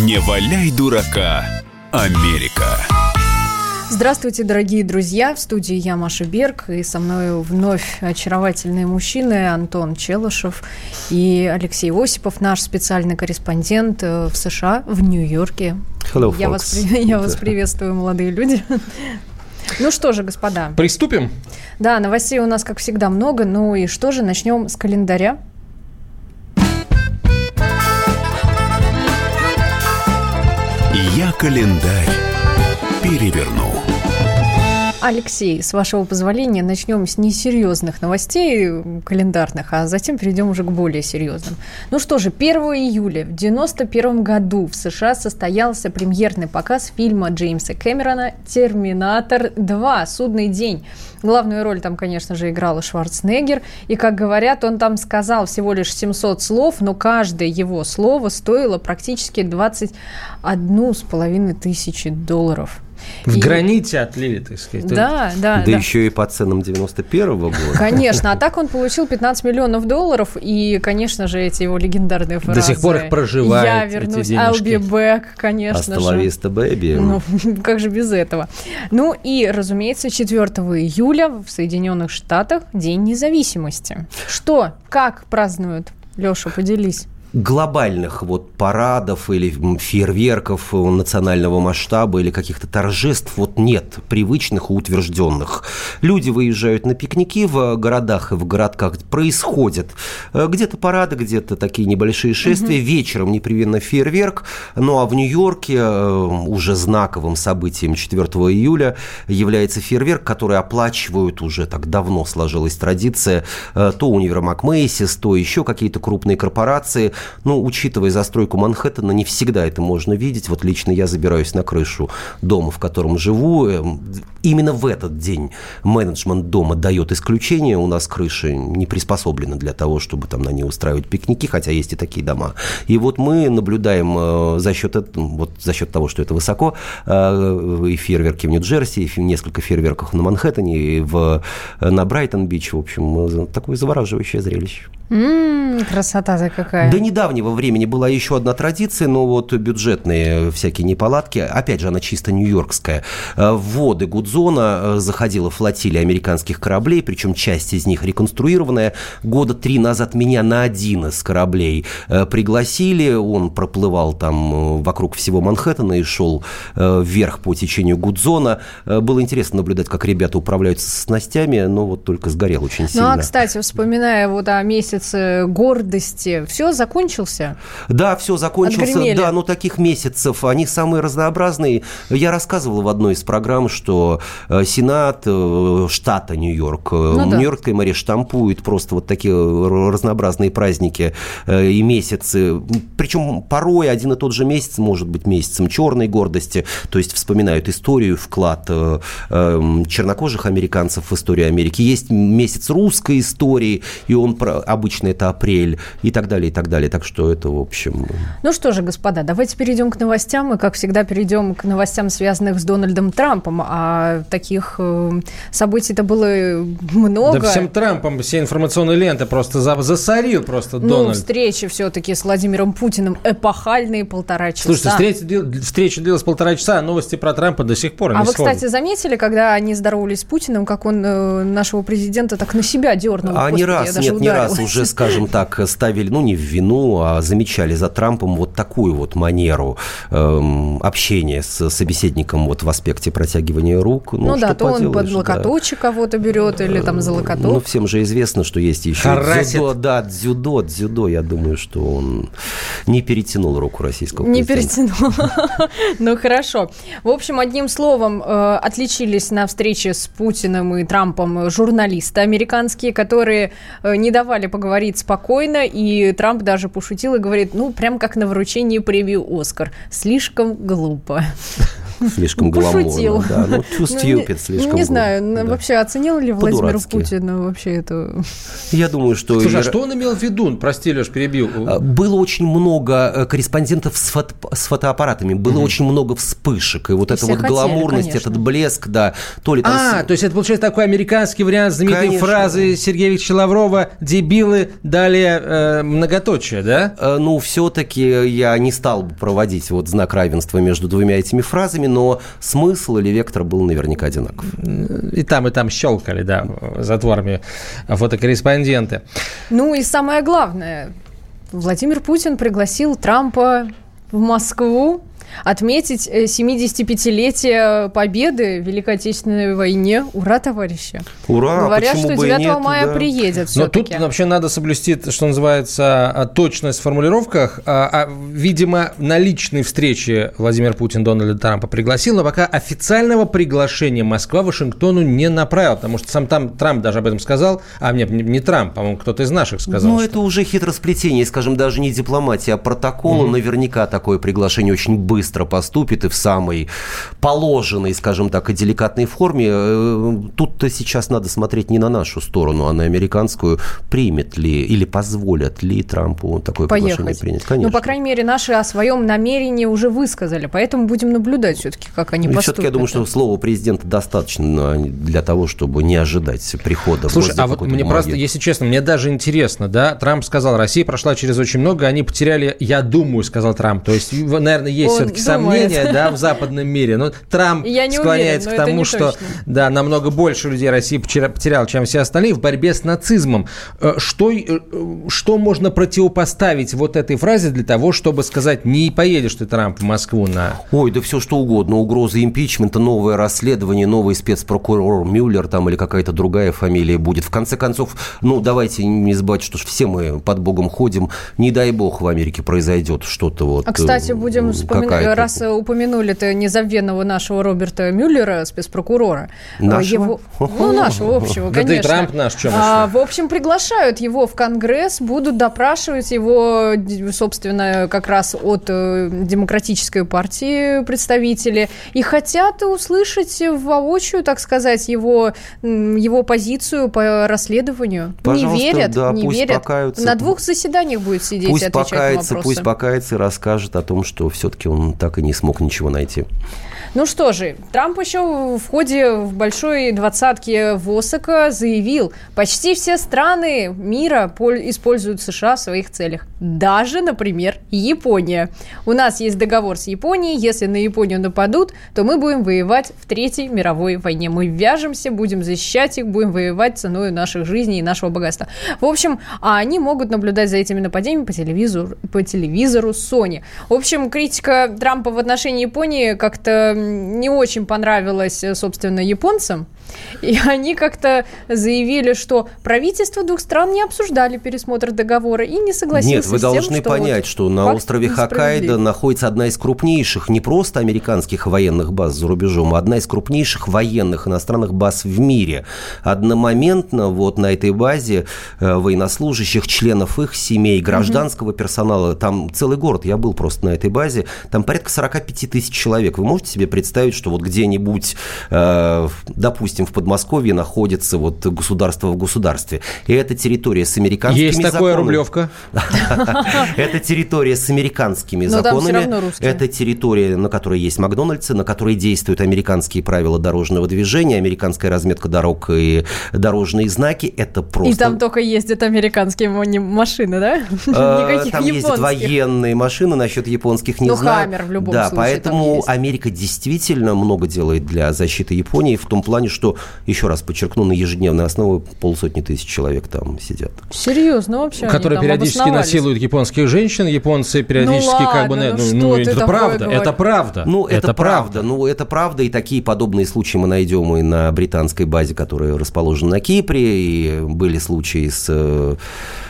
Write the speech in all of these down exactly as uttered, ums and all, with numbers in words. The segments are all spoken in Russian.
Не валяй дурака, Америка. Здравствуйте, дорогие друзья. В студии я, Маша Берг, и со мной вновь очаровательные мужчины Антон Челышев и Алексей Осипов, наш специальный корреспондент в США, в Нью-Йорке. Hello, я, вас, я вас приветствую, молодые люди. Ну что же, господа. Приступим? Да, новостей у нас, как всегда, много. Ну и что же, начнем с календаря. Я календарь переверну. Алексей, с вашего позволения, начнем с несерьезных новостей календарных, а затем перейдем уже к более серьезным. Ну что же, первого июля в девяносто первом году в США состоялся премьерный показ фильма Джеймса Кэмерона «Терминатор два. Судный день». Главную роль там, конечно же, играл Шварценеггер. И, как говорят, он там сказал всего лишь семьсот слов, но каждое его слово стоило практически двадцать одну с половиной тысячи долларов. В и... граните отлили, так сказать. Да, да, да. Да еще и по ценам девяносто первого года. Конечно. А так он получил пятнадцать миллионов долларов. И, конечно же, эти его легендарные фразы. До сих пор их проживают. Я вернусь, I'll be back, конечно же. Hasta la vista, baby. Ну, как же без этого? Ну и, разумеется, четвёртого июля в Соединенных Штатах День независимости. Что? Как празднуют? Леша, поделись. Глобальных вот парадов или фейерверков национального масштаба или каких-то торжеств вот нет, привычных и утвержденных. Люди выезжают на пикники в городах и в городках. Происходят где-то парады, где-то такие небольшие шествия. Угу. Вечером непременно фейерверк. Ну а в Нью-Йорке уже знаковым событием четвёртого июля является фейерверк, который оплачивают уже так давно, сложилась традиция, то универмаг Мэйсис, то еще какие-то крупные корпорации. Ну, учитывая застройку Манхэттена, не всегда это можно видеть. Вот лично я забираюсь на крышу дома, в котором живу. Именно в этот день менеджмент дома дает исключение. У нас крыша не приспособлена для того, чтобы там на ней устраивать пикники, хотя есть и такие дома. И вот мы наблюдаем за счет, вот за счет того, что это высоко, и фейерверки в Нью-Джерси, и несколько фейерверков на Манхэттене, и в, на Брайтон-Бич. В общем, такое завораживающее зрелище. М-м, красота-то какая. До недавнего времени была еще одна традиция, но вот бюджетные всякие неполадки, опять же, она чисто нью-йоркская. В воды Гудзона заходила флотилия американских кораблей, причем часть из них реконструированная. Года три назад меня на один из кораблей пригласили, он проплывал там вокруг всего Манхэттена и шел вверх по течению Гудзона. Было интересно наблюдать, как ребята управляются с снастями, но вот только сгорел очень сильно. Ну, а, кстати, вспоминая вот о месяце гордости, все закончился? Да, все закончился. Отгремели. Да, но таких месяцев, они самые разнообразные. Я рассказывал в одной из программ, что Сенат штата Нью-Йорк, ну, Нью-Йоркская мэрия штампует просто вот такие разнообразные праздники и месяцы. Причем порой один и тот же месяц может быть месяцем черной гордости, то есть вспоминают историю, вклад чернокожих американцев в историю Америки. Есть месяц русской истории, и он обычно это апрель, и так далее, и так далее. Так что это, в общем... Ну что же, господа, давайте перейдем к новостям. И, как всегда, перейдем к новостям, связанных с Дональдом Трампом. А таких э, событий-то было много. Да всем Трампом все информационные ленты просто засорил просто ну, Дональд. Ну, встречи все-таки с Владимиром Путиным эпохальные полтора часа. Слушайте, встреча, встреча длилась полтора часа, а новости про Трампа до сих пор не А вы, сходят. кстати, заметили, когда они здоровались с Путиным, как он э, нашего президента так на себя дернул? А Господи, не раз, нет, не раз уже, скажем так, ставили, ну, не в вину, а замечали за Трампом вот такую вот манеру эм, общения с собеседником вот в аспекте протягивания рук. Ну, ну да, то поделаешь, он под локоточек да. кого-то берет или там за локоток. Ну, всем же известно, что есть еще Харасит. дзюдо. Да, дзюдо, дзюдо. Я думаю, что он не перетянул руку российского не президента. Не перетянул. Ну, хорошо. В общем, одним словом, отличились на встрече с Путиным и Трампом журналисты американские, которые не давали поговорить спокойно, и Трамп даже пошутил и говорит, ну, прям как на вручении премии «Оскар». Слишком глупо. слишком гламурно. Да, ну, too stupid, слишком. Не знаю, да. вообще оценил ли Владимир Путин вообще это? Я думаю, что... Слушай, а что он имел в виду? Прости, Леш, перебил. Было очень много корреспондентов с, фото... с фотоаппаратами, было mm-hmm. очень много вспышек, и вот и эта вот хотели, гламурность, конечно. Этот блеск, да. То ли там... А, то есть это получается такой американский вариант знаменитой конечно. Фразы Сергея Викторовича Лаврова «Дебилы, далее э, многоточие», да? Э, ну, все-таки я не стал бы проводить вот знак равенства между двумя этими фразами, но смысл или вектор был наверняка одинаков. И там, и там щелкали, да, затворами фотокорреспонденты. Ну и самое главное, Владимир Путин пригласил Трампа в Москву отметить семидесятипятилетие победы в Великой Отечественной войне. Ура, товарищи! Ура! Говорят, что девятого мая да. приедет Но все-таки. тут вообще надо соблюсти, что называется, точность в формулировках. А, а, видимо, на личной встрече Владимир Путин Дональда Трампа пригласил, но пока официального приглашения Москва Вашингтону не направила, потому что сам там Трамп даже об этом сказал, а нет, не, не Трамп, по-моему, кто-то из наших сказал. Ну, что... это уже хитросплетение, скажем, даже не дипломатия, а протокола. Mm-hmm. Наверняка такое приглашение очень быстро быстро поступит и в самой положенной, скажем так, и деликатной форме. Тут-то сейчас надо смотреть не на нашу сторону, а на американскую. Примет ли или позволят ли Трампу такое Поехать. приглашение принять? Конечно. Ну, по крайней мере, наши о своем намерении уже высказали, поэтому будем наблюдать все-таки, как они и поступят. Все-таки я думаю, что слова президента достаточно для того, чтобы не ожидать прихода. Слушай, а вот мне просто, если честно, мне даже интересно, да, Трамп сказал, Россия прошла через очень много, они потеряли, я думаю, сказал Трамп, то есть, наверное, есть Он все-таки думает. Сомнения, да, в западном мире, но Трамп склоняется уверен, к тому, что, точно. Да, намного больше людей Россия потеряла, чем все остальные в борьбе с нацизмом. Что, что можно противопоставить вот этой фразе для того, чтобы сказать, не поедешь ты, Трамп, в Москву на... Ой, да все что угодно. Угроза импичмента, новое расследование, новый спецпрокурор Мюллер там или какая-то другая фамилия будет. В конце концов, ну, давайте не забывать, что все мы под Богом ходим. Не дай бог в Америке произойдет что-то вот... А, кстати, будем вспоминать, раз упомянули-то незабвенного нашего Роберта Мюллера, спецпрокурора. Нашего? Его, ну, нашего общего, конечно. Да и Трамп наш, чем а, В общем, приглашают его в Конгресс, будут допрашивать его, собственно, как раз от Демократической партии представители, и хотят услышать воочию, так сказать, его, его позицию по расследованию. Пожалуйста, не верят, да, не пусть верят. Покаются. На двух заседаниях будет сидеть пусть и отвечать покается, на вопросы. Пусть покается и расскажет о том, что все-таки он так и не смог ничего найти. Ну что же, Трамп еще в ходе в большой двадцатки ВОСОКа заявил, почти все страны мира используют США в своих целях. Даже, например, Япония. У нас есть договор с Японией, если на Японию нападут, то мы будем воевать в Третьей мировой войне. Мы вяжемся, будем защищать их, будем воевать ценой наших жизней и нашего богатства. В общем, а они могут наблюдать за этими нападениями по телевизору, по телевизору Sony. В общем, критика Трампа в отношении Японии как-то не очень понравилась, собственно, японцам. И они как-то заявили, что правительства двух стран не обсуждали пересмотр договора и не согласились Нет, вы с тем, должны что понять, вот что на острове Хоккайдо находится одна из крупнейших не просто американских военных баз за рубежом, а одна из крупнейших военных иностранных баз в мире. Одномоментно вот на этой базе военнослужащих, членов их семей, гражданского mm-hmm. персонала, там целый город, я был просто на этой базе, там порядка сорок пять тысяч человек. Вы можете себе представить, что вот где-нибудь, э, допустим, в Подмосковье находится вот государство в государстве. И это территория с американскими законами. Есть такое Рублевка. Это территория с американскими законами. Это территория, на которой есть Макдональдсы, на которой действуют американские правила дорожного движения, американская разметка дорог и дорожные знаки. Это просто... И там только ездят американские машины, да? Никаких там ездят военные машины, насчет японских не знаю. Ну, Хаммер в любом да, случае. Поэтому Америка действительно много делает для защиты Японии в том плане, что, еще раз подчеркну, на ежедневной основе полсотни тысяч человек там сидят. Серьезно вообще? Которые периодически насилуют японских женщин, японцы периодически ну, как бы... Ну, ну, ну это правда, говоришь? это правда. Ну, это, это правда. правда. Ну, это правда, и такие подобные случаи мы найдем и на британской базе, которая расположена на Кипре, и были случаи с...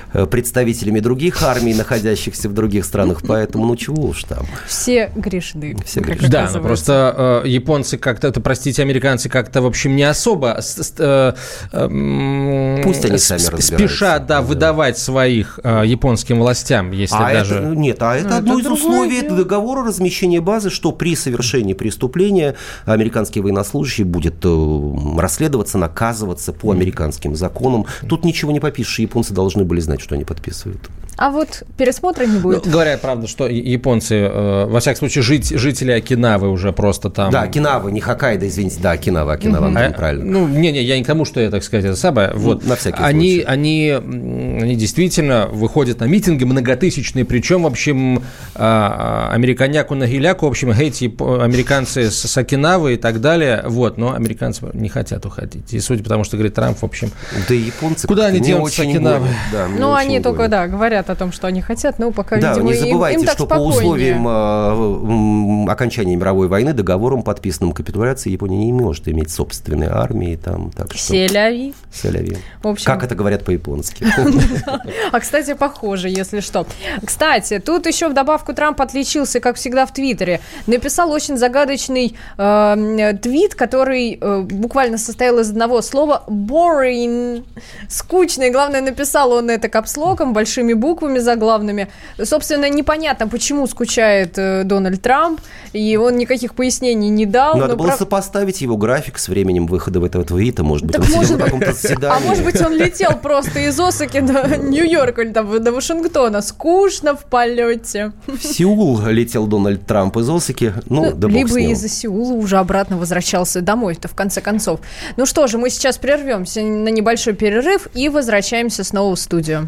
представителями других армий, находящихся в других странах, поэтому ну чего уж там. Все грешны. Все грешны. Да, но просто э, японцы как-то, это, простите, американцы как-то, в общем, не особо э, э, Пусть они сами разбираются. Спешат, да, выдавать своих э, японским властям, если а даже... Это, нет, а это ну, одно это из условий дело. Договора размещения базы, что при совершении преступления американский военнослужащий будет э, расследоваться, наказываться по американским законам. Тут ничего не попишешь, японцы должны были знать, что они подписывают. А вот пересмотра не будет. Ну, говорят, правда, что японцы, э, во всяком случае, жить, жители Окинавы уже просто там... Да, Окинава, не Хоккайдо, извините, да, Окинава, Окинава, угу. а, правильно. Ну, не-не, я не к тому, что я, так сказать, это самое. Вот. На всякий они, случай. Они, они действительно выходят на митинги многотысячные, причем, в общем, американяку на гиляку, в общем, эти американцы с Окинавы и так далее, вот, но американцы не хотят уходить. И судя по тому, что говорит Трамп, в общем... Да и японцы... Куда они денутся с Окинавы? Да, ну, они только, да, говорят о том, что они хотят, но пока, да, видимо, не забывайте, им, им так что спокойнее. По условиям э, окончания мировой войны, договором, подписанным капитуляцией, Япония не может иметь собственной армии. Там, так что... Селяви. Селяви. Как это говорят по-японски. А, кстати, похоже, если что. Кстати, тут еще в добавку Трамп отличился, как всегда, в Твиттере. Написал очень загадочный э, твит, который э, буквально состоял из одного слова boring. Скучно. И главное, написал он это капслоком, большими буквами заглавными. Собственно, непонятно, почему скучает э, Дональд Трамп, и он никаких пояснений не дал. Надо было прав... сопоставить его график с временем выхода этого твита. Может быть, так он может сидел быть... на каком-то заседании. А может быть, он летел просто из Осаки до Нью-Йорка или там до Вашингтона. Скучно в полете. В Сеул летел Дональд Трамп из Осаки. Ну, ну да бог либо с ним. из-за Сеула уже обратно возвращался домой-то, в конце концов. Ну что же, мы сейчас прервемся на небольшой перерыв и возвращаемся снова в студию.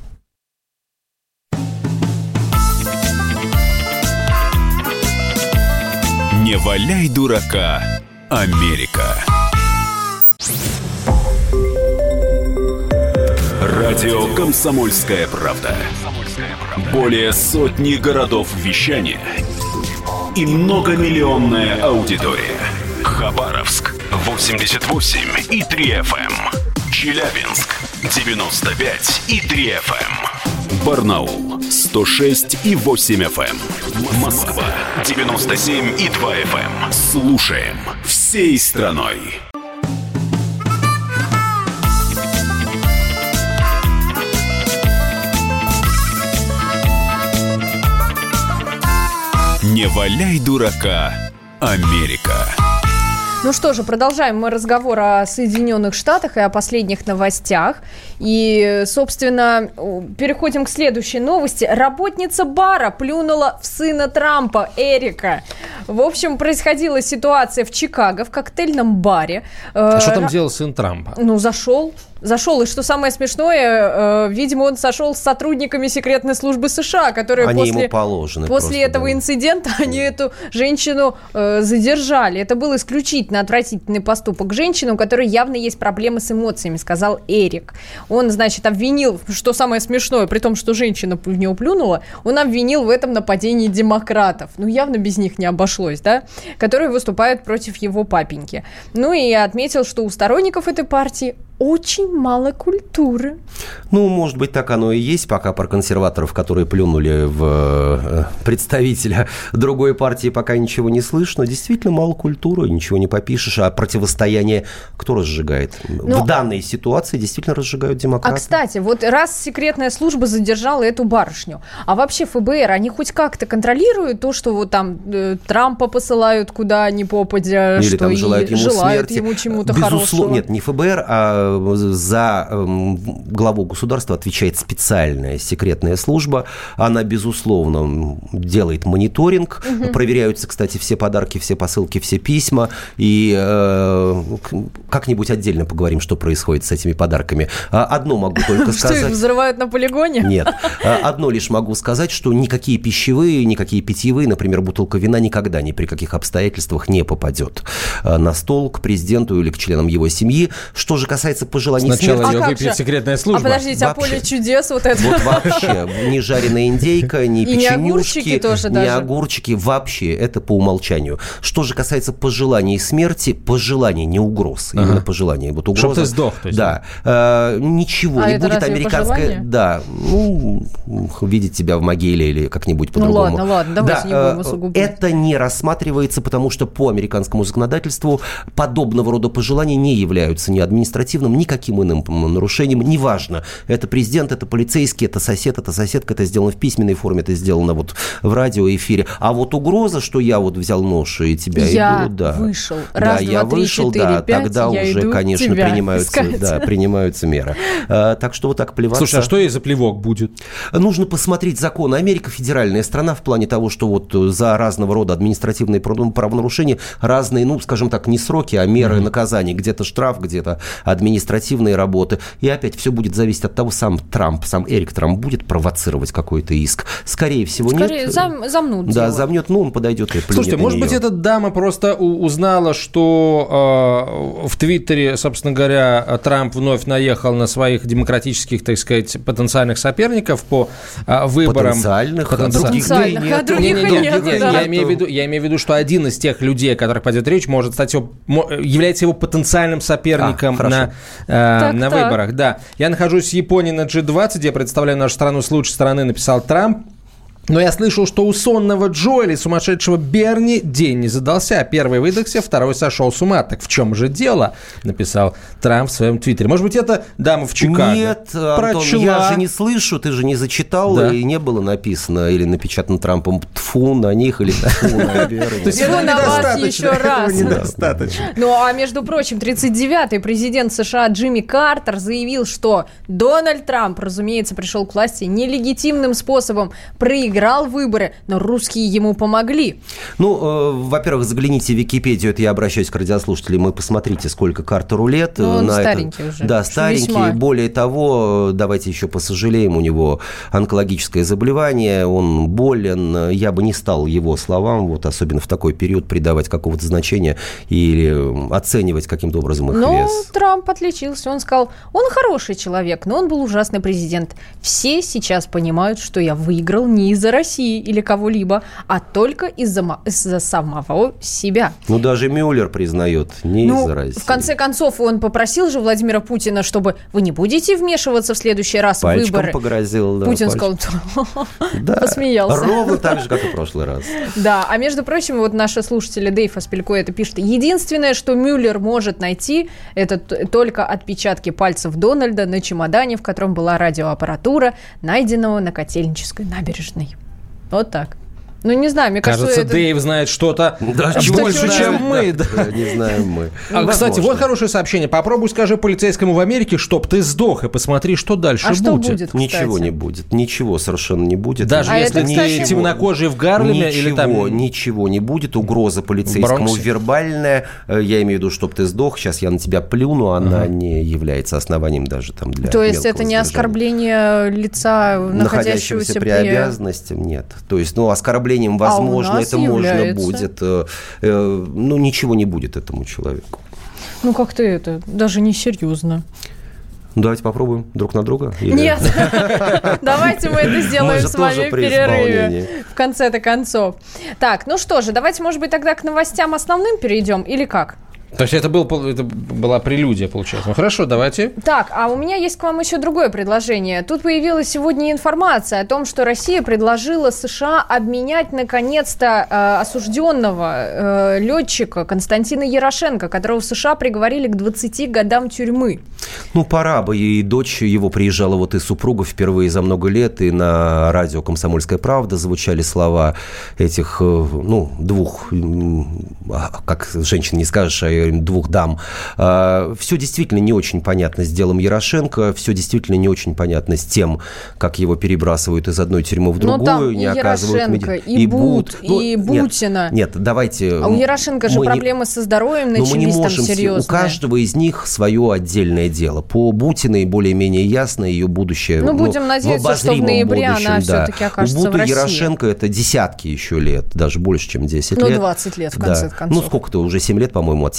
Не валяй дурака, Америка. Радио «Комсомольская правда». Более сотни городов вещания и многомиллионная аудитория. Хабаровск восемьдесят восемь и три эф эм. Челябинск девяносто пять и три эф эм. Барнаул сто шесть и восемь эф эм. Москва девяносто семь и два эф эм. Слушаем всей страной. Не валяй дурака, Америка. Ну что же, продолжаем мы разговор о Соединенных Штатах и о последних новостях. И, собственно, переходим к следующей новости. Работница бара плюнула в сына Трампа, Эрика. В общем, происходила ситуация в Чикаго, в коктейльном баре. А что там делал сын Трампа? Ну, зашел. Зашел, и что самое смешное, э, видимо, он сошел с сотрудниками секретной службы США, которые они после, ему положены после просто, этого да. инцидента они эту женщину э, задержали. Это был исключительно отвратительный поступок женщины, у которой явно есть проблемы с эмоциями, сказал Эрик. Он, значит, обвинил, что самое смешное, при том, что женщина в него плюнула, он обвинил в этом нападении демократов. Ну, явно без них не обошлось, да? Которые выступают против его папеньки. Ну, и отметил, что у сторонников этой партии очень мало культуры. Ну, может быть, так оно и есть, пока про консерваторов, которые плюнули в представителя другой партии, пока ничего не слышно. Действительно, мало культуры, ничего не попишешь. А противостояние кто разжигает? Но... В данной ситуации действительно разжигают демократы. А, кстати, вот раз секретная служба задержала эту барышню, а вообще эф бэ эр, они хоть как-то контролируют то, что вот там э, Трампа посылают куда ни попадя, или что там желают ему желают смерти. ему чему-то Безусловно, хорошего? Нет, не эф бэ эр, а за главу государства отвечает специальная секретная служба. Она, безусловно, делает мониторинг. Угу. Проверяются, кстати, все подарки, все посылки, все письма. И э, как-нибудь отдельно поговорим, что происходит с этими подарками. Одно могу только сказать. Что, их взрывают на полигоне? Нет. Одно лишь могу сказать, что никакие пищевые, никакие питьевые, например, бутылка вина никогда ни при каких обстоятельствах не попадет на стол к президенту или к членам его семьи. Что же касается касается пожеланий Сначала смерти... ее А выпьет же? секретная служба. А подождите, Вообще. а поле чудес вот это? Вот вообще, ни жареная индейка, ни И не печенюшки, огурчики тоже ни даже. огурчики, вообще, это по умолчанию. Что же касается пожеланий смерти, пожеланий, не угроз, Ага. именно пожелания. Вот угроза, Чтоб ты сдох, то есть. Да. Э, ничего, А не это будет разве американская... пожелание? Да, ну, видеть тебя в могиле или как-нибудь Ну по-другому. ладно, ладно, давайте Да, не будем э, усугублять. Это не рассматривается, потому что по американскому законодательству подобного рода пожелания не являются ни административным, никаким иным нарушением. Неважно, это президент, это полицейский, это сосед, это соседка, это сделано в письменной форме, это сделано вот в радиоэфире. А вот угроза, что я вот взял нож и тебя Я иду, да. вышел. Да, Раз, я два, три, вышел, четыре, да, пять, тогда я уже, иду конечно, тебя принимаются, искать. да, принимаются меры. А, так что вот так плеваться. Слушай, а что ей за плевок будет? Нужно посмотреть законы. Америка федеральная страна в плане того, что вот за разного рода административные правонарушения разные, ну, скажем так, не сроки, а меры mm-hmm. наказаний. Где-то штраф, где-то административные работы. И опять все будет зависеть от того, сам Трамп, сам Эрик Трамп будет провоцировать какой-то иск. Скорее всего, Скорее, нет. зам, замнут Да, дело. замнет, ну, он подойдет и плюнет. Слушайте, на может нее. быть, эта дама просто у- узнала, что э, в Твиттере, собственно говоря, Трамп вновь наехал на своих демократических, так сказать, потенциальных соперников по э, выборам. Потенциальных, а Потенциальных. других Потенциальных, нет. а других Не-не-не, нет, не-не, да. я имею в виду, я имею в виду, что один из тех людей, о которых пойдет речь, может стать его, мо- является его потенциальным соперником А, хорошо. на, э, Так, на так. выборах. Да. Я нахожусь в Японии на джи двадцать, я представляю нашу страну с лучшей стороны, написал Трамп. Но я слышал, что у сонного Джо или сумасшедшего Берни день не задался. Первый выдохся, второй сошел с ума. Так в чем же дело? Написал Трамп в своем твиттере. Может быть, это дама в Чикаго Нет, Антон, прочла. я же не слышу, ты же не зачитал, Да. и не было написано или напечатано Трампом «тфу» на них или «тфу» на Берни. То есть Тьфу этого на вас недостаточно, еще этого раз. недостаточно. Ну, а между прочим, тридцать девятый президент США Джимми Картер заявил, что Дональд Трамп, разумеется, пришел к власти нелегитимным способом, проиграл выборы, но русские ему помогли. Ну, э, во-первых, загляните в Википедию, это я обращаюсь к радиослушателям, и посмотрите, сколько Картеру лет. Ну, он на старенький это. уже. Да, Уж старенький. весьма. Более того, давайте еще посожалеем, у него онкологическое заболевание, он болен. Я бы не стал его словам, вот особенно в такой период, придавать какого-то значения или оценивать каким-то образом их Но вес. Трамп отличился. Он сказал, он хороший человек, но он был ужасный президент. Все сейчас понимают, что я выиграл не из-за России или кого-либо, а только из-за, ма- из-за самого себя. Ну, даже Мюллер признает, не Ну, из-за России. в конце концов, он попросил же Владимира Путина, чтобы вы не будете вмешиваться в следующий раз в Пальчиком выборы. погрозил. Да, Путин пальчиком. сказал, Да, посмеялся. ровно так же, как и в прошлый раз. Да, а между прочим, вот наши слушатели Дейв Аспелько это пишет. Единственное, что Мюллер может найти, это т- только отпечатки пальцев Дональда на чемодане, в котором была радиоаппаратура, найденного на Котельнической набережной. Вот так. Ну, не знаю, мне кажется, Кажется, это... Дэйв знает что-то Да, А что больше, чего чем не мы. да. Да, не знаем мы. А, кстати, Возможно. вот хорошее сообщение. Попробуй скажи полицейскому в Америке, чтоб ты сдох, и посмотри, что дальше А что будет. будет, кстати? Ничего не будет. Ничего совершенно не будет. Даже А если это, ты кстати, темнокожий в Гарлеме ничего, или там... ничего не будет. Угроза полицейскому Бронксе. вербальная. Э, Я имею в виду, чтоб ты сдох. Сейчас я на тебя плюну. Она не является основанием даже там для То есть мелкого это не задержания. оскорбление лица, находящегося Находящегося при обязанности, нет. То есть, ну, оскорблением, А у возможно, нас это можно является. будет. э, э, Ну, ничего не будет этому человеку. Ну, как-то это, даже не серьезно. Давайте попробуем друг на друга. Или- Нет, давайте мы это сделаем Мы же с вами тоже в при перерыве. исполнении. В конце-то концов. Так, ну что же, давайте, может быть, тогда к новостям основным перейдем, или как? То есть это, был, это была прелюдия, получается. Ну, хорошо, давайте. Так, а у меня есть к вам еще другое предложение. Тут появилась сегодня информация о том, что Россия предложила США обменять, наконец-то, э, осужденного э, летчика Константина Ярошенко, которого в США приговорили к двадцати годам тюрьмы. Ну, пора бы. И дочь его приезжала, вот и супруга впервые за много лет, и на радио «Комсомольская правда» звучали слова этих, э, ну, двух, м, а, как женщин не скажешь, а двух дам. Все действительно не очень понятно с делом Ярошенко, все действительно не очень понятно с тем, как его перебрасывают из одной тюрьмы в другую, Но там не и оказывают... Ярошенко, меди- и Бут, Ну, и нет, Бутина. Нет, давайте... А у Ярошенко же мы не- проблемы со здоровьем Но мы не начались там можем... серьезные. У каждого из них свое отдельное дело. По Бутиной более-менее ясно ее будущее. Ну, будем надеяться, что в ноябре она всё-таки окажется У Буты в России. Ярошенко это десятки еще лет, даже больше, чем десять Ну, лет. двадцать лет, в Да. конце концов. Ну, сколько-то, уже семь лет, по-моему, отсидел.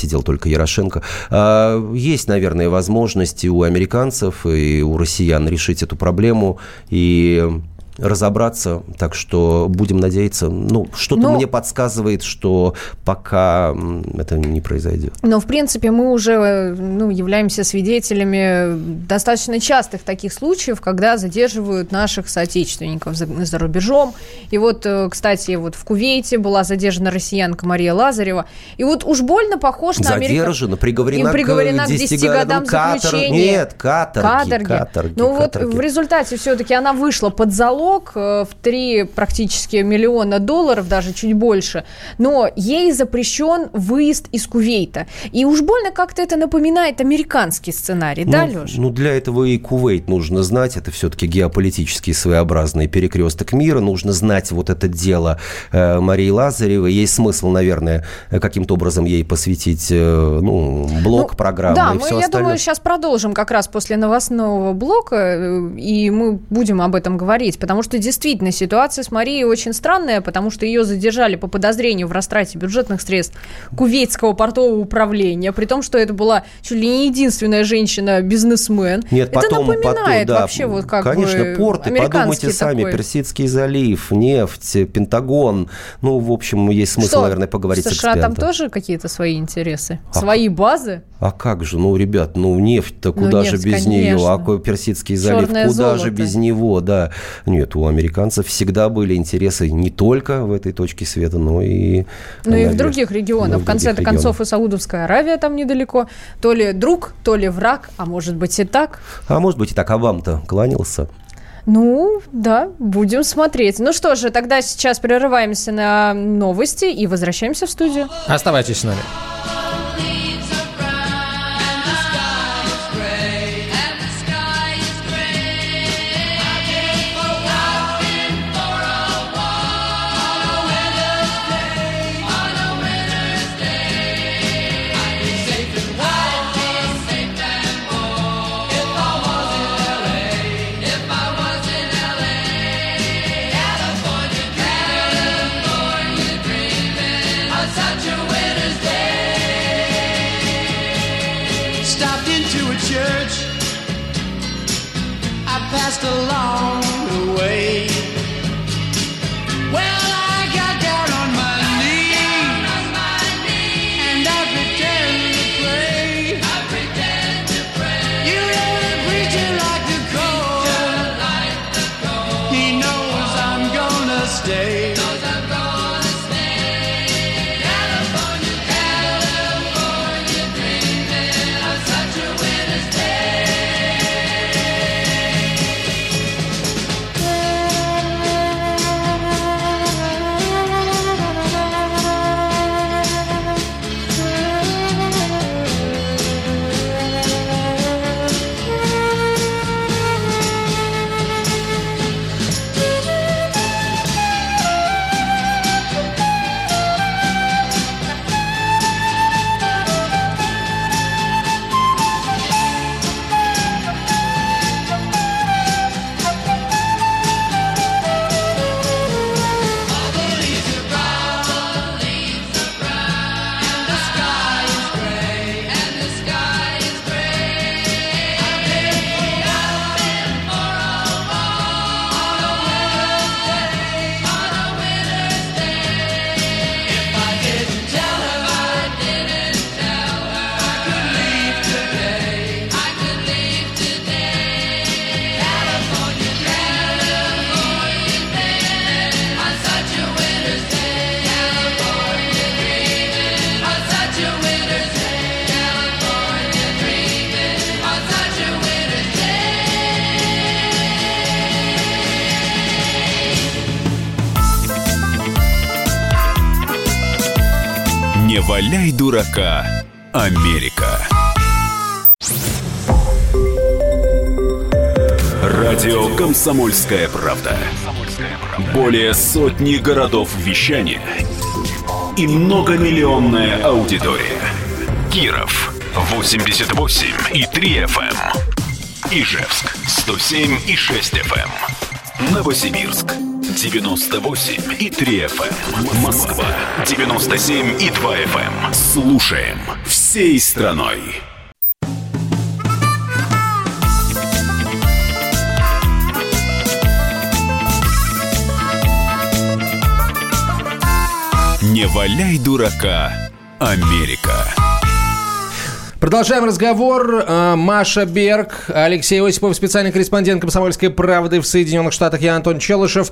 сидел только Ярошенко. Есть, наверное, возможности у американцев и у россиян решить эту проблему и разобраться, так что будем надеяться. Ну, что-то но... мне подсказывает, что пока это не произойдет. Но, в принципе, мы уже ну, являемся свидетелями достаточно частых таких случаев, когда задерживают наших соотечественников за, за рубежом. И вот, кстати, вот в Кувейте была задержана россиянка Мария Лазарева. И вот уж больно похож на Америку. Задержана, приговорена, приговорена к десяти годам заключения. Нет, каторги. Каторги. каторги ну каторги. Вот в результате все-таки она вышла под залог в три практически миллиона долларов, даже чуть больше, но ей запрещен выезд из Кувейта. И уж больно как-то это напоминает американский сценарий, ну, да, Леш? Ну, для этого и Кувейт нужно знать, это все-таки геополитический своеобразный перекресток мира, нужно знать вот это дело э, Марии Лазаревой. Есть смысл, наверное, каким-то образом ей посвятить э, ну, блок, ну, программы да, и мы, все я остальное. думаю, сейчас продолжим как раз после новостного блока, и мы будем об этом говорить, потому что действительно ситуация с Марией очень странная, потому что ее задержали по подозрению в растрате бюджетных средств Кувейтского портового управления, при том, что это была чуть ли не единственная женщина-бизнесмен. Нет, это потом, напоминает потом, да, вообще вот как конечно, бы порты, подумайте сами, такой... Персидский залив, нефть, Пентагон, ну, в общем, есть смысл, что, наверное, поговорить с экспертом. В США там тоже какие-то свои интересы? А свои базы? А как же, ну, ребят, ну, нефть-то куда ну, нефть, же без конечно. нее, а Персидский залив, Черное куда золото. же без него, да. Нет, у американцев всегда были интересы не только в этой точке света, но и... Ну и в других регионах. В конце-то концов и Саудовская Аравия там недалеко. То ли друг, то ли враг, а может быть и так. А может быть и так, а вам-то кланялся? Ну, да, будем смотреть. Ну что же, тогда сейчас прерываемся на новости и возвращаемся в студию. Оставайтесь с нами. Passed along the way. Well, I got down on my knees, and I pretend to pray. I pretend to pray. You know the preacher like the cold. He knows I'm gonna stay. Knows I'm gonna stay. California, California, dreaming of such a winter's day. Не валяй дурака, Америка. Радио «Комсомольская правда». Более сотни городов вещания и многомиллионная аудитория. Киров восемьдесят восемь и три эф эм, Ижевск сто семь и шесть эф эм, Новосибирск девяносто восемь и три эф эм. Москва девяносто семь и два эф эм. Слушаем всей страной. Не валяй дурака, Америка. Продолжаем разговор. Маша Берг, Алексей Осипов, специальный корреспондент «Комсомольской правды» в Соединенных Штатах. Я Антон Челышев.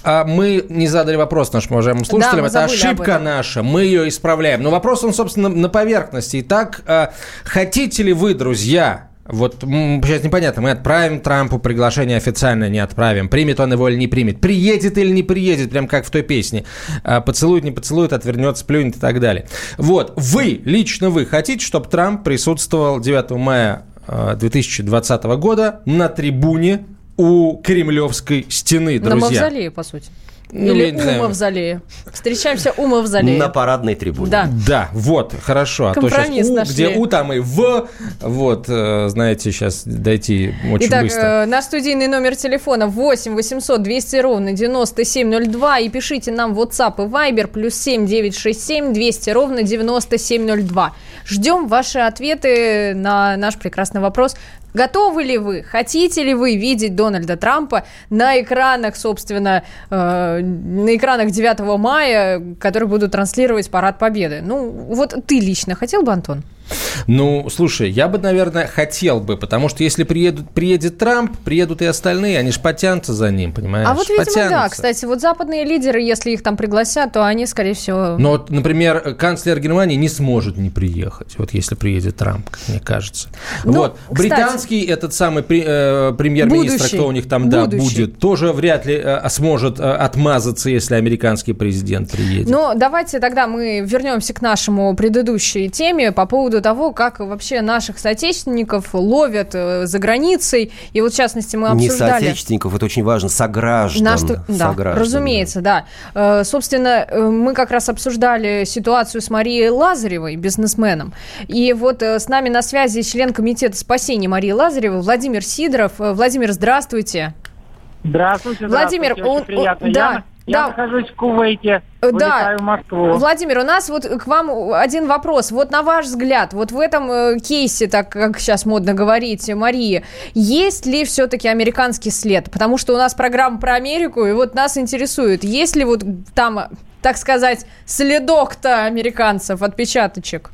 Мы не задали вопрос нашим уважаемым слушателям. Да, это ошибка наша. Мы ее исправляем. Но вопрос, он, собственно, на поверхности. Итак, хотите ли вы, друзья... Вот сейчас непонятно, мы отправим Трампу приглашение официально, не отправим, примет он его или не примет, приедет или не приедет, прям как в той песне, поцелует, не поцелует, отвернется, плюнет и так далее. Вот, вы, лично вы хотите, чтобы Трамп присутствовал девятого мая две тысячи двадцатого года на трибуне у Кремлевской стены, друзья? На мавзолее, по сути. Или ну, у мавзолея. Встречаемся у мавзолея. На парадной трибуне. Да, да, вот, хорошо. А то сейчас у, где у, там и в. Вот, знаете, сейчас дойти очень Итак, быстро. Итак, наш студийный номер телефона восемь восемьсот двести ровно девяносто семь ноль два. И пишите нам в WhatsApp и Viber плюс семь девятьсот шестьдесят семь двести ровно девяносто семь ноль два. Ждем ваши ответы на наш прекрасный вопрос. Готовы ли вы, хотите ли вы видеть Дональда Трампа на экранах, собственно, э, на экранах девятого мая, которые будут транслировать Парад Победы? Ну, вот ты лично хотел бы, Антон? Ну, слушай, я бы, наверное, хотел бы, потому что если приедут, приедет Трамп, приедут и остальные, они ж потянутся за ним, понимаешь? А вот, видимо, потянутся. Да. Кстати, вот западные лидеры, если их там пригласят, то они, скорее всего... Но, вот, например, канцлер Германии не сможет не приехать, вот если приедет Трамп, как мне кажется. Ну, вот. Британский кстати, этот самый э, премьер-министр, будущий, кто у них там, да, будущий. будет, тоже вряд ли э, сможет э, отмазаться, если американский президент приедет. Ну, давайте тогда мы вернемся к нашему предыдущей теме по поводу того, как вообще наших соотечественников ловят за границей. И вот, в частности, мы обсуждали... Не соотечественников, это очень важно, сограждан. Наш... Да, сограждан, разумеется, да. да. Собственно, мы как раз обсуждали ситуацию с Марией Лазаревой, бизнесменом. И вот с нами на связи член комитета спасения Марии Лазаревой Владимир Сидоров. Владимир, здравствуйте. Здравствуйте, Владимир, здравствуйте. Очень приятно. Да, я, я да. нахожусь в Кувейте, вылетаю да. в Москву. Владимир, у нас вот к вам один вопрос. Вот на ваш взгляд, вот в этом э, кейсе, так как сейчас модно говорить, Мария, есть ли все-таки американский след? Потому что у нас программа про Америку, и вот нас интересует, есть ли вот там, так сказать, следок-то американцев, отпечаточек?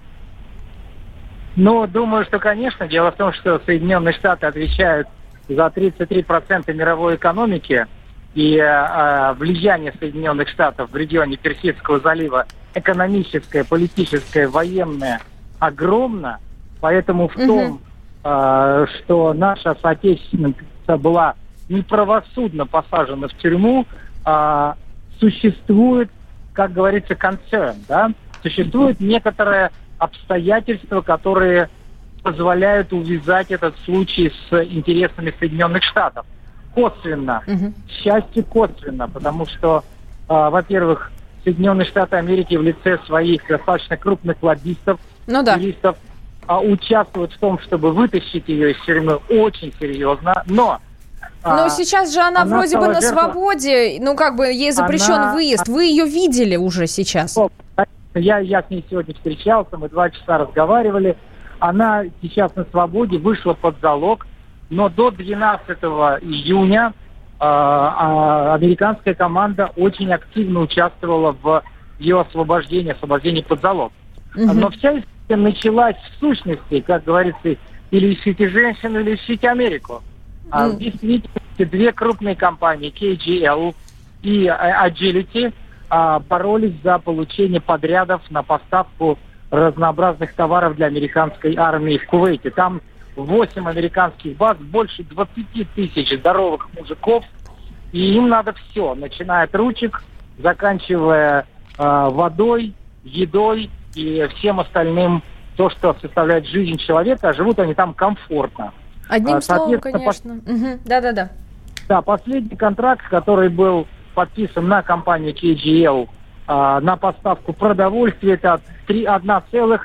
Ну, думаю, что, конечно. Дело в том, что Соединенные Штаты отвечают за тридцать три процента мировой экономики, и э, влияние Соединенных Штатов в регионе Персидского залива экономическое, политическое, военное огромно. Поэтому в том, э, что наша соотечественница была неправосудно посажена в тюрьму, э, существует, как говорится, concern, да? Существует некоторое обстоятельства, которые позволяют увязать этот случай с интересами Соединенных Штатов. Косвенно. Uh-huh. К счастью, косвенно, потому что, э, во-первых, Соединенные Штаты Америки в лице своих достаточно крупных лоббистов, ну, да. юристов, э, участвуют в том, чтобы вытащить ее из тюрьмы очень серьезно, но... Но э, сейчас же она, она вроде бы на жертва... свободе, ну как бы ей запрещен она... выезд. Вы ее видели уже сейчас? Я, я с ней сегодня встречался, мы два часа разговаривали. Она сейчас на свободе, вышла под залог, но до двенадцатого июня э, э, американская команда очень активно участвовала в ее освобождении, освобождении под залог. Mm-hmm. Но вся история началась в сущности, как говорится, или ищите женщину, или ищите Америку. Mm-hmm. В действительности две крупные компании, кей джи эл и Agility, э, боролись за получение подрядов на поставку разнообразных товаров для американской армии в Кувейте. Там восемь американских баз, больше двадцать тысяч здоровых мужиков, и им надо все, начиная от ручек, заканчивая э, водой, едой и всем остальным, то, что составляет жизнь человека, а живут они там комфортно. Одним словом, конечно. Пос... Угу. Да-да-да. Да, последний контракт, который был подписан на компанию кей джи эл на поставку продовольствия, это одна целых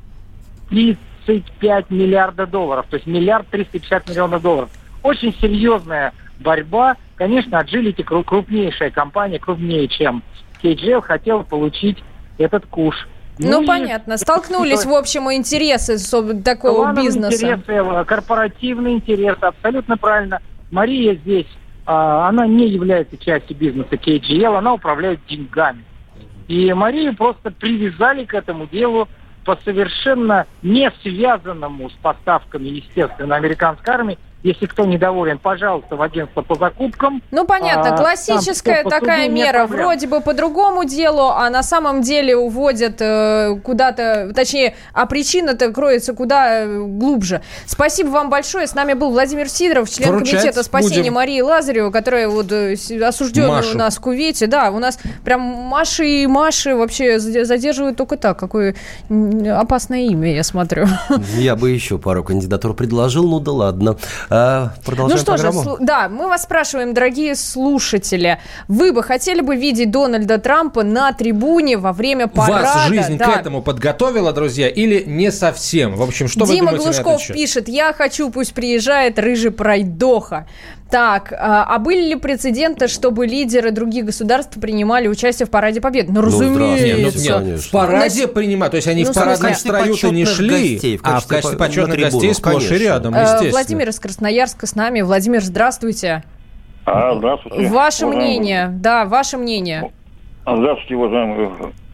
тридцать пять миллиарда долларов, то есть миллиард триста пятьдесят миллионов долларов. Очень серьезная борьба, конечно, Agility, крупнейшая компания, крупнее, чем кей джи эл, хотела получить этот куш. Ну, и понятно. Столкнулись, в общем, интересы такого плановые бизнеса. Интересы, корпоративные интересы, абсолютно правильно. Мария здесь, а, она не является частью бизнеса кей джи эл, она управляет деньгами. И Марию просто привязали к этому делу по совершенно не связанному с поставками, естественно, американской армии. Если кто недоволен, пожалуйста, в агентство по закупкам. Ну, понятно, А, классическая там, такая суду, нет мера, проблем. вроде бы по другому делу, а на самом деле уводят э, куда-то, точнее, а причина-то кроется куда э, глубже. Спасибо вам большое. С нами был Владимир Сидоров, член Вручать комитета спасения будем. Марии Лазаревой, которая вот э, с- осужденная Машу. у нас в Кувейте. Да, у нас прям Маши и Маши вообще заде- задерживают только так. Какое м, опасное имя, я смотрю. Я бы еще пару кандидатур предложил, ну да ладно. А, продолжаем Ну что же, программу. слу- да, мы вас спрашиваем, дорогие слушатели, вы бы хотели бы видеть Дональда Трампа на трибуне во время парада? Вас жизнь Да. к этому подготовила, друзья, или не совсем? В общем, что Дима вы думаете на Глушков этот счет? пишет: я хочу, пусть приезжает рыжий пройдоха. Так, а, а были ли прецеденты, чтобы лидеры других государств принимали участие в Параде Победы? Ну, здравствуйте. Нет, ну, разумеется. нет, Конечно. в параде принимают, то есть они ну, в парадном в качестве строю-то не почетных шли, гостей, в а в качестве качестве по- на почетных трибунах, гостей сплошь и конечно. рядом, Э, естественно. Владимир из Красноярска с нами. Владимир, здравствуйте. А, здравствуйте. Ваше уважаемые. мнение, да, ваше мнение. Здравствуйте, уважаемые.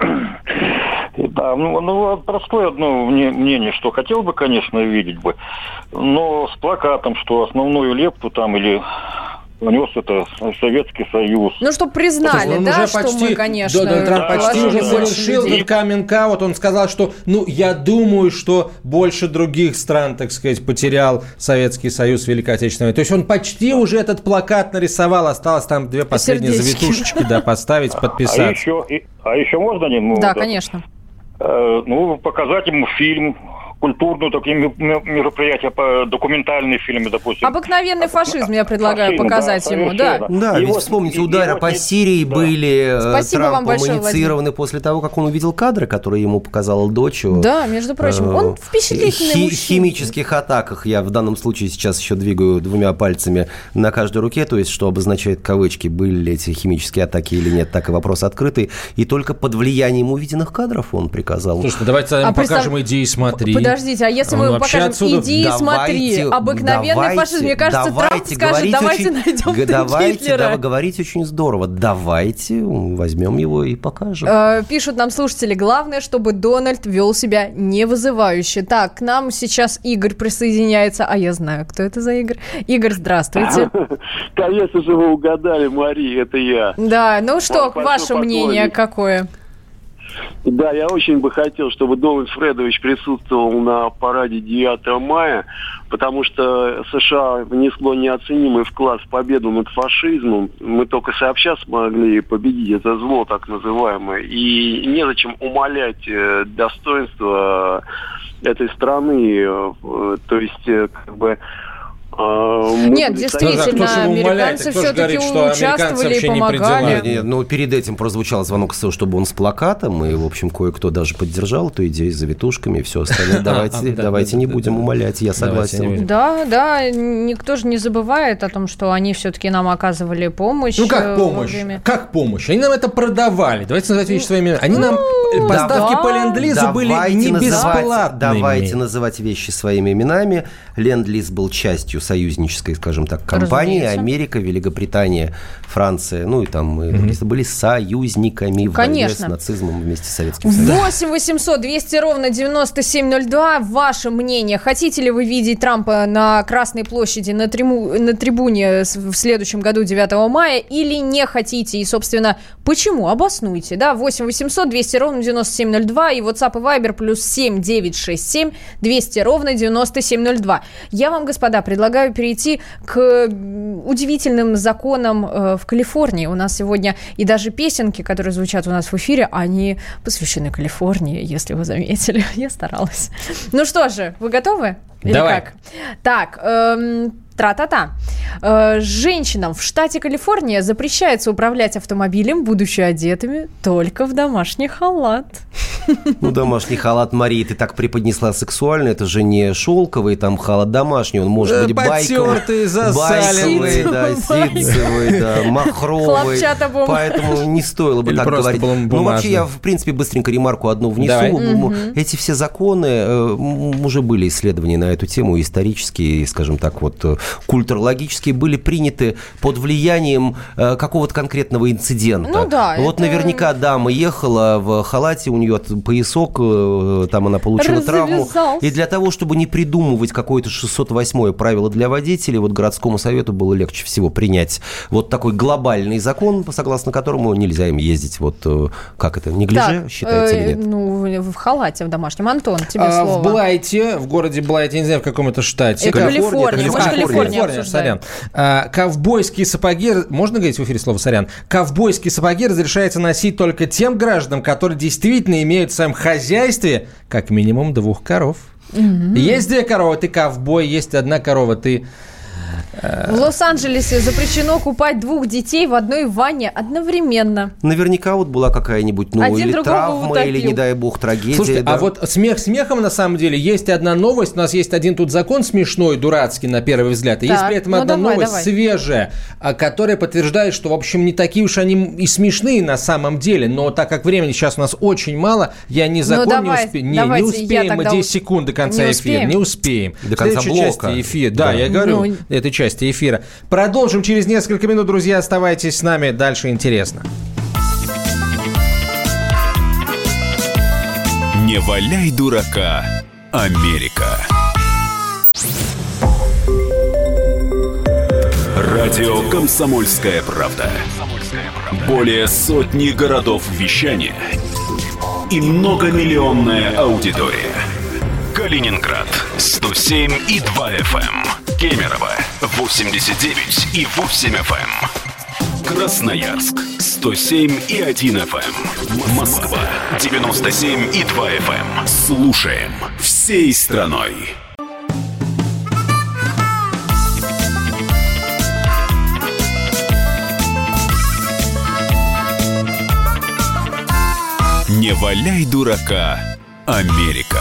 Да, ну, ну, простое одно мне- мнение, что хотел бы, конечно, видеть бы, но с плакатом, что основную лепту там или внес это Советский Союз. Ну, чтобы признали, Он да, уже что почти, мы, конечно, Дональд Трамп почти положили уже больше совершил людей. этот каминг-аут. Он сказал, что, ну, я думаю, что больше других стран, так сказать, потерял Советский Союз в Великой Отечественной войне. То есть он почти уже этот плакат нарисовал. Осталось там две последние Сердечки. завитушечки, да, поставить, А подписаться. еще, и- а еще можно ему Да, вот, конечно. э, ну, показать ему фильм, культурную такие ме- ме- мероприятия, по- документальные фильмы, допустим. Обыкновенный фашизм я предлагаю Фашизм, показать да, ему, да. совершенно. Да, И ведь вот- вспомните, и- и удары вот по не- Сирии да. были э, Спасибо вам Трампом большое, инициированы после того, как он увидел кадры, которые ему показала дочь. о, Да, между прочим, э, он впечатлительный хи- мужчина. химических атаках. Я в данном случае сейчас еще двигаю двумя пальцами на каждой руке, то есть что обозначает кавычки, были ли эти химические атаки или нет, так и вопрос открытый. И только под влиянием увиденных кадров он приказал. Слушайте, давайте А им покажем представь- идеи «Смотри». Подождите, а если Он мы вообще покажем отсюда- иди и смотри, обыкновенный давайте, фашизм, мне кажется, Трамп давайте скажет, говорить давайте очень- найдем г- давайте, Гитлера. да, говорить очень здорово. Давайте возьмем его и покажем. Э, Пишут нам слушатели, главное, чтобы Дональд вел себя не вызывающе. Так, к нам сейчас Игорь присоединяется, а я знаю, кто это за Игорь. Игорь, здравствуйте. Конечно же, вы угадали, Мари, это я. Да, ну что, Большой ваше мнение поклонник. какое? Да, я очень бы хотел, чтобы Дональд Фредович присутствовал на параде девятого мая, потому что США внесло неоценимый вклад в победу над фашизмом. Мы только сообща смогли победить это зло, так называемое. И незачем умалять э, достоинство этой страны. э, То есть, э, как бы... Нет, действительно, Кто же ему умоляет? американцы Кто же все-таки говорит, что американцы участвовали и вообще не при делах? помогали. Нет, нет, ну, перед этим прозвучал звонок, чтобы он с плакатом, и, в общем, кое-кто даже поддержал эту идею с завитушками и все остальное. Давайте, Да, давайте да, не да, будем да. умолять, я Давайте не согласен. будем. Да, да, никто же не забывает о том, что они все-таки нам оказывали помощь. Ну э, как во помощь? время- Как помощь? Они нам это продавали. Давайте называть вещи своими именами. Они нам поставки да. по ленд-лизу были не называть, бесплатными. давайте называть вещи своими именами. Ленд-лиз был частью союзнической, скажем так, компании. Разумеется. Америка, Великобритания, Франция, ну и там мы mm-hmm. были союзниками в борьбе Конечно. с нацизмом вместе с Советским Союзом. восемь восемьсот двести ровно девяносто семь ноль два. Ваше мнение. Хотите ли вы видеть Трампа на Красной площади, на, трибу- на трибуне с- в следующем году девятого мая или не хотите? И, собственно, почему? Обоснуйте. Да? восемь восемьсот двести ровно девяносто семь ноль два и WhatsApp и Viber плюс семь девятьсот шестьдесят семь двести ровно девяносто семь ноль два. Я вам, господа, предлагаю перейти к удивительным законам э, в Калифорнии. У нас сегодня и даже песенки, которые звучат у нас в эфире, они посвящены Калифорнии, если вы заметили. Я старалась. Ну что же, вы готовы? Или Давай. как? Так, эм, тра-та-та. Э, женщинам в штате Калифорния запрещается управлять автомобилем, будучи одетыми только в домашний халат. Ну, домашний халат, Мария, ты так преподнесла сексуально. Это же не шелковый, там халат домашний. Он может быть байковый, Потертый, засаленный. байковый, да, ситцевый, да, махровый. Хлопчатобумажный. Поэтому не стоило бы Или так просто говорить. бумажный. Ну, вообще, я, в принципе, быстренько ремарку одну внесу. Давай. М, Эти все законы, э, м, уже были исследования на эту тему, исторические, скажем так, вот, э, культурологические, были приняты под влиянием э, какого-то конкретного инцидента. Ну да, Вот это- наверняка дама ехала в халате, у нее поясок, э, там она получила травму. Развязался. И для того, чтобы не придумывать какое-то шестьсот восьмое правило для водителей, вот городскому совету было легче всего принять вот такой глобальный закон, согласно которому нельзя им ездить вот, э, как это, неглиже Так, считается э, или нет? Ну, в халате в домашнем. Антон, тебе А, слово. в Блайте, в городе Блайте, не знаю, в каком это штате. Это Калифорния, Калифорния. Мы же А, Калифорнию Калифорния, обсуждаем. сорян. А, ковбойские сапоги, можно говорить в эфире слово «сорян»? Ковбойские сапоги разрешается носить только тем гражданам, которые действительно имеют в своем хозяйстве как минимум двух коров. Есть две коровы, ты ковбой, есть одна корова, ты... В Лос-Анджелесе запрещено купать двух детей в одной ванне одновременно. Наверняка вот была какая-нибудь, ну, Один или другого травма, утопил. или, не дай бог, трагедия. Слушайте, да. а вот смех смехом, на самом деле, есть одна новость. У нас есть один тут закон смешной, дурацкий, на первый взгляд. И есть Так, при этом ну одна давай, новость давай. свежая, а, которая подтверждает, что, в общем, не такие уж они и смешные на самом деле. Но так как времени сейчас у нас очень мало, я ни закон давай, не успею. Не, давайте не я успеем мы тогда десять у- секунд до конца не эфира. успеем? Не успеем. До В конца следующей блока. части эфира. Да, Да. я говорю, Ну, этой части эфира. Продолжим через несколько минут, друзья. Оставайтесь с нами. Дальше интересно. Не валяй дурака, Америка. Радио «Комсомольская правда». Более сотни городов вещания и многомиллионная аудитория. Калининград сто семь и два эф эм. Кемерово восемьдесят девять и восемь эф эм. Красноярск сто семь и один эф эм. Москва девяносто семь и два эф эм. Слушаем всей страной. Не валяй дурака, Америка.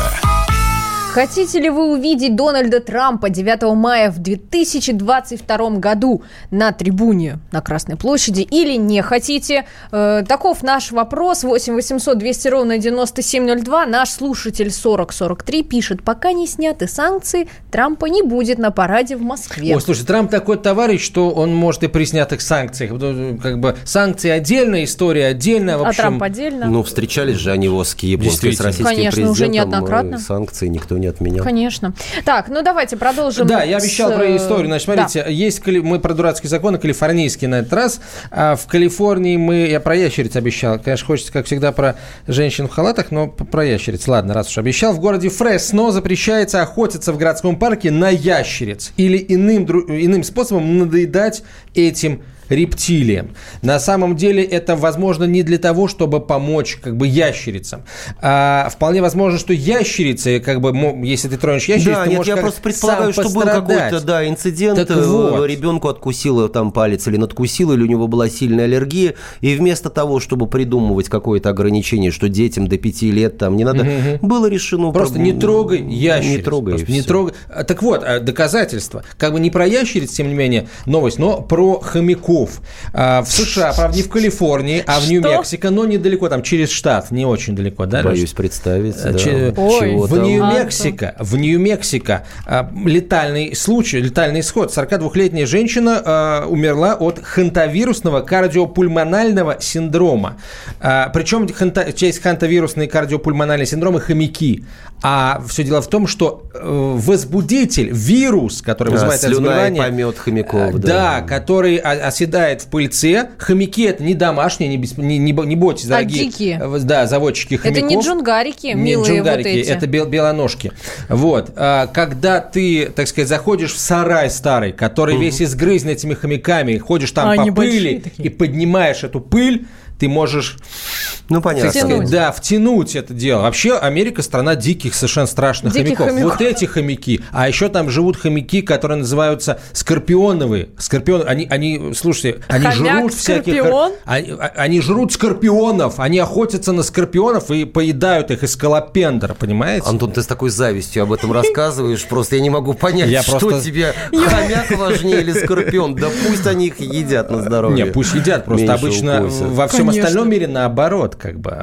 Хотите ли вы увидеть Дональда Трампа девятого мая в две тысячи двадцать втором году на трибуне на Красной площади или не хотите? Э, таков наш вопрос. восемь восемьсот двести ровно девяносто семь ноль два. Наш слушатель сорок сорок три пишет: пока не сняты санкции, Трампа не будет на параде в Москве. Ой, слушай, Трамп такой товарищ, что он может и при снятых санкциях. Как бы санкции отдельная, история отдельная. В А общем, Трамп отдельно? Ну, встречались же они воски японские с Действительно. российским Конечно, президентом. уже неоднократно. и Санкции никто не отменял. Конечно. Так, ну давайте продолжим. Да, я с, обещал про историю. Значит, смотрите, да. есть кали- мы про дурацкие законы, калифорнийские на этот раз. А в Калифорнии мы, я про ящериц обещал. Конечно, хочется, как всегда, про женщин в халатах, но про ящериц. Ладно, раз уж обещал. В городе Фресно запрещается охотиться в городском парке на ящериц или иным, дру- иным способом надоедать этим рептилиям. На самом деле это возможно не для того, чтобы помочь как бы ящерицам. А вполне возможно, что ящерицы, как бы, мо- если ты тронешь ящерицу, Да, ты нет, можешь я как просто предполагаю, сам что был пострадать. какой-то, да, инцидент, Так э, вот. ребенку откусило там палец или надкусило, или у него была сильная аллергия, и вместо того, чтобы придумывать какое-то ограничение, что детям до пяти лет там не надо, Мгм. было решено... Просто про- не трогай ящериц. Не трогай, Просто и не всё. трогай. А, Так вот, а, доказательства. Как бы не про ящериц, тем не менее, новость, но про хомяков. А, В США, правда, не в Калифорнии, а в Нью-Мексико, но недалеко, там через штат, не очень далеко, да? Боюсь Лёш? представить, А, да, че- Ой. чего В там. Нью-Мексико, в Нью-Мексико а, летальный случай, летальный исход. сорокадвухлетняя женщина а, умерла от хантавирусного кардиопульмонального синдрома. А, причем ханта, часть хантавирусный кардиопульмональный синдром и хомяки. А все дело в том, что э, возбудитель, вирус, который А, вызывает это слюна и заболевание, помет хомяков, э, да. да, который о- оседает в пыльце. Хомяки это не домашние, не, бес- не, не, бо- не бойтесь, А дорогие. дикие? э, Да, заводчики хомяков. Это не джунгарики, Не милые джунгарики, вот эти. это бел- белоножки. Вот. А, когда ты, так сказать, заходишь в сарай старый, который весь изгрызен этими хомяками, ходишь там А, по они большие пыли такие. и поднимаешь эту пыль, ты можешь... Ну, понятно. Втянуть. Да, втянуть это дело. Вообще, Америка страна диких, совершенно страшных Диких хомяков. хомяков. Вот эти хомяки. А еще там живут хомяки, которые называются скорпионовые. Скорпион, они, они, слушайте, они Хомяк, жрут всяких... скорпион? Они, они жрут скорпионов. Они охотятся на скорпионов и поедают их из скалопендра, понимаете? Антон, ты с такой завистью об этом рассказываешь. Просто я не могу понять, Я что просто- тебе хомяк важнее или скорпион. Да пусть они их едят на здоровье. Не, пусть едят. Просто Меньше обычно укусят. во всем Конечно. остальном мире наоборот, как бы.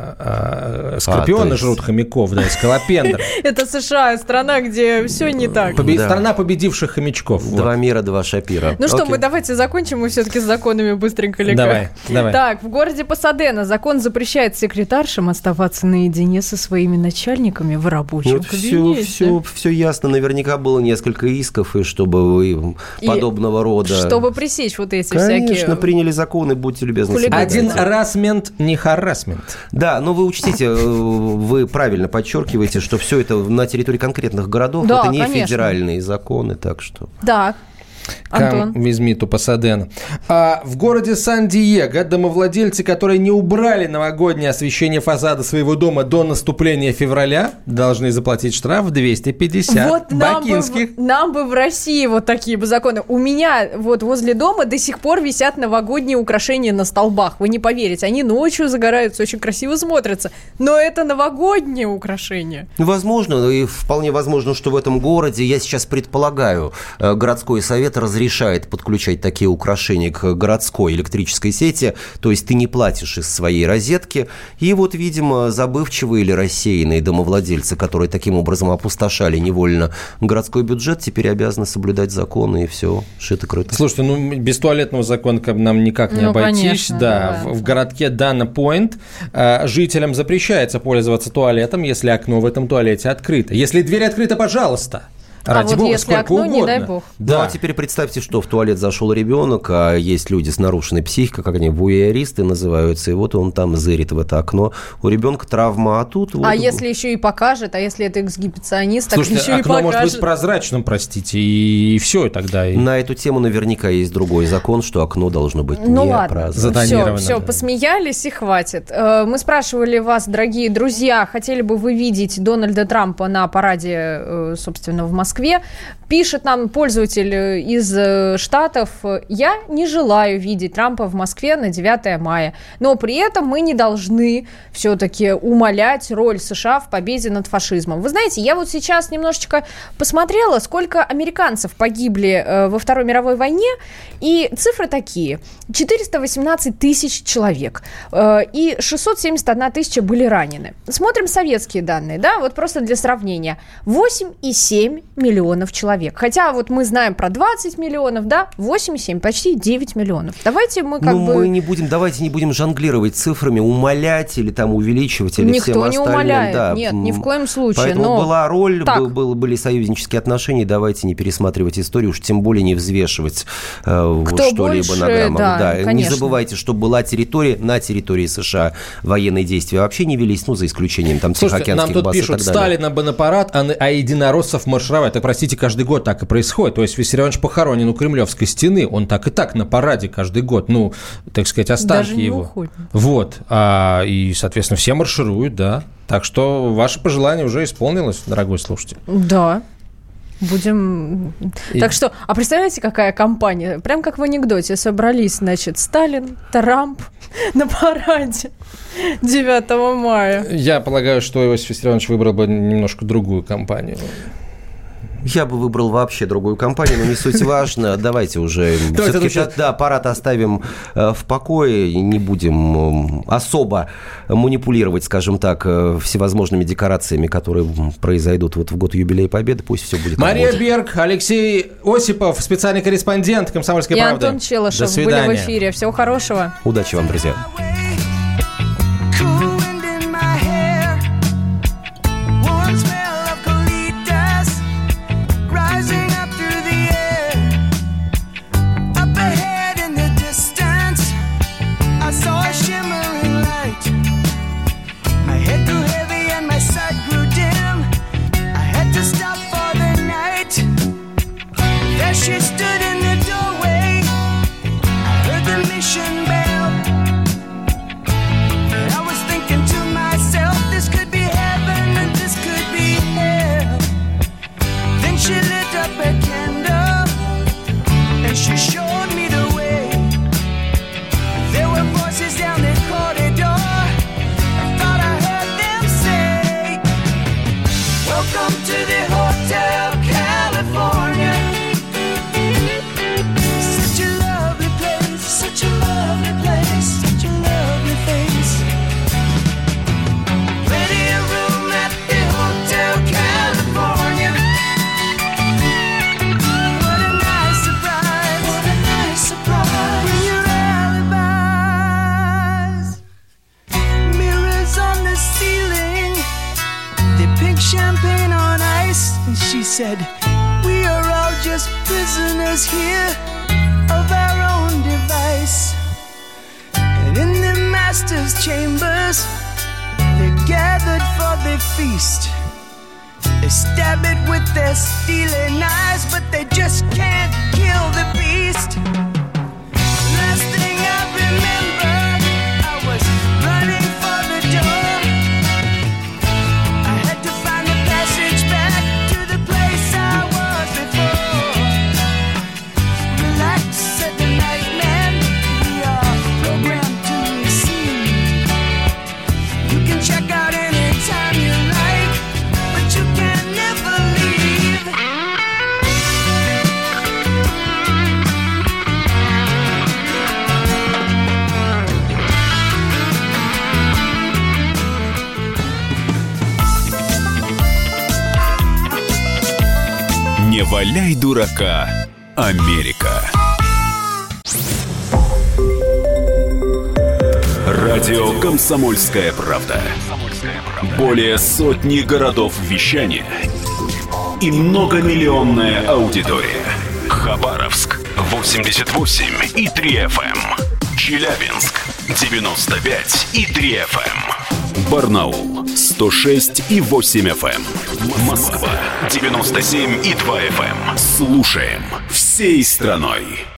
а, Скорпионы А, то есть- жрут хомяков, да, и скалопендр. Это США, страна, где все не так. Побе- Да. Страна победивших хомячков. вот. Два мира, два Шапира. Ну что, Окей. мы давайте закончим мы все-таки с законами быстренько, или Давай, как? давай. Так, в городе Пасадена закон запрещает секретаршам оставаться наедине со своими начальниками в рабочем Ну, все, кабинете. все, все ясно. Наверняка было несколько исков, и чтобы вы И подобного рода... Чтобы пресечь вот эти Конечно, всякие... приняли законы, будьте любезны. Хулиганы. соблюдайте. Один харасмент не харасмент. Да, но вы учтите, э, вы правильно подчеркиваете, что все это на территории конкретных городов, Да, это не конечно. федеральные законы, так что... Да, Антон. Визмиту Пасадена. А в городе Сан-Диего домовладельцы, которые не убрали новогоднее освещение фасада своего дома до наступления февраля, должны заплатить штраф двести пятьдесят Вот нам бы, бакинских. в- нам бы в России вот такие бы законы. У меня вот возле дома до сих пор висят новогодние украшения на столбах. Вы не поверите, они ночью загораются, очень красиво смотрятся. Но это новогодние украшения. Возможно, и вполне возможно, что в этом городе, я сейчас предполагаю, э, городской совет разрешает подключать такие украшения к городской электрической сети, то есть ты не платишь из своей розетки, и вот, видимо, забывчивые или рассеянные домовладельцы, которые таким образом опустошали невольно городской бюджет, теперь обязаны соблюдать законы, и все, шито-крыто. Слушайте, ну без туалетного закона как бы нам никак не Ну, обойтись. конечно, да, да. В, в городке Дана-Пойнт э, жителям запрещается пользоваться туалетом, если окно в этом туалете открыто. Если дверь открыта, пожалуйста. А Ради вот бога, если сколько окно, не угодно. дай бог. Ну, Да. а теперь представьте, что в туалет зашел ребенок, а есть люди с нарушенной психикой, как они, вуэристы называются, и вот он там зырит в это окно. У ребенка травма, а тут... А вот, если еще и покажет, а если это эксгибиционист, так Слушайте, еще и окно может покажет. быть прозрачным, простите, и, и все тогда. И... На эту тему наверняка есть другой закон, что окно должно быть Ну не ладно, прозрачным. Затонировано, все, все, да. посмеялись и хватит. Э, Мы спрашивали вас, дорогие друзья, хотели бы вы видеть Дональда Трампа на параде, э, собственно, в Москве? Пишет нам пользователь э, из э, Штатов: я не желаю видеть Трампа в Москве на девятое мая, но при этом мы не должны все-таки умалять роль США в победе над фашизмом. Вы знаете, я вот сейчас немножечко посмотрела, сколько американцев погибли э, во Второй мировой войне, и цифры такие: четыреста восемнадцать тысяч человек, э, и шестьсот семьдесят одна тысяча были ранены. Смотрим советские данные, да, вот просто для сравнения: восемь и семь миллионов человек. Хотя вот мы знаем про двадцать миллионов, да, восемь и семь, почти девять миллионов. Давайте мы как ну, бы... мы не будем, давайте не будем жонглировать цифрами, умалять или там увеличивать, или Никто всем не остальным. умаляет, Да. нет, ни в коем случае. Поэтому но... была роль, Так. был, был- были союзнические отношения, давайте не пересматривать историю, уж тем более не взвешивать э, Кто что-либо больше, на граммах. да, не конечно. забывайте, что была территория, на территории США военные действия вообще не велись, ну, за исключением там Слушайте, нам Тихоокеанских тут баз и пишут: так далее. Сталина Бонапарат, а, а единороссов маршировать. Так, простите, каждый год так и происходит. То есть Виссарионович похоронен у Кремлевской стены, он так и так на параде каждый год, ну, так сказать, останки Даже не его. уходит. Вот. А, и, соответственно, все маршируют, да. Так что ваше пожелание уже исполнилось, дорогой слушатель. Да. Будем... И- Так что, а представляете, какая компания? Прям как в анекдоте. Собрались, значит, Сталин, Трамп на параде девятого мая. Я полагаю, что Иосиф Виссарионович выбрал бы немножко другую компанию. Я бы выбрал вообще другую компанию, но не суть важно. Давайте уже Давайте все-таки, лучше- да, парад оставим э, в покое, и не будем э, особо манипулировать, скажем так, э, всевозможными декорациями, которые м, произойдут вот в год юбилея Победы. Пусть все будет как Мария будет. Берг, Алексей Осипов, специальный корреспондент «Комсомольской И правды». Антон Челышев До были в свидания. эфире. Всего хорошего. Удачи вам, друзья. Cool wind in my hair, warm smell of colitas rising up through the air. Up ahead in the distance, I saw a shimmering light. My head grew heavy and my sight grew dim. I had to stop for the night. There she stood in the doorway. I heard the mission bell. said, we are all just prisoners here of our own device. And in the master's chambers, they're gathered for the feast. They stab it with their steely knives, but they just can't kill the beast. Last thing I remember, I was running for the door. I had to find the passage back to the place I was before. Relax, said the night man, we are programmed to receive. You can check out anytime you like, but you can never leave. Не валяй дурака, Америка. Радио «Комсомольская правда». Более сотни городов вещания и многомиллионная аудитория. Хабаровск восемьдесят восемь и три эф эм, Челябинск девяносто пять и три эф эм, Барнаул сто шесть и восемь эф эм, Москва девяносто семь и два эф эм. Слушаем всей страной.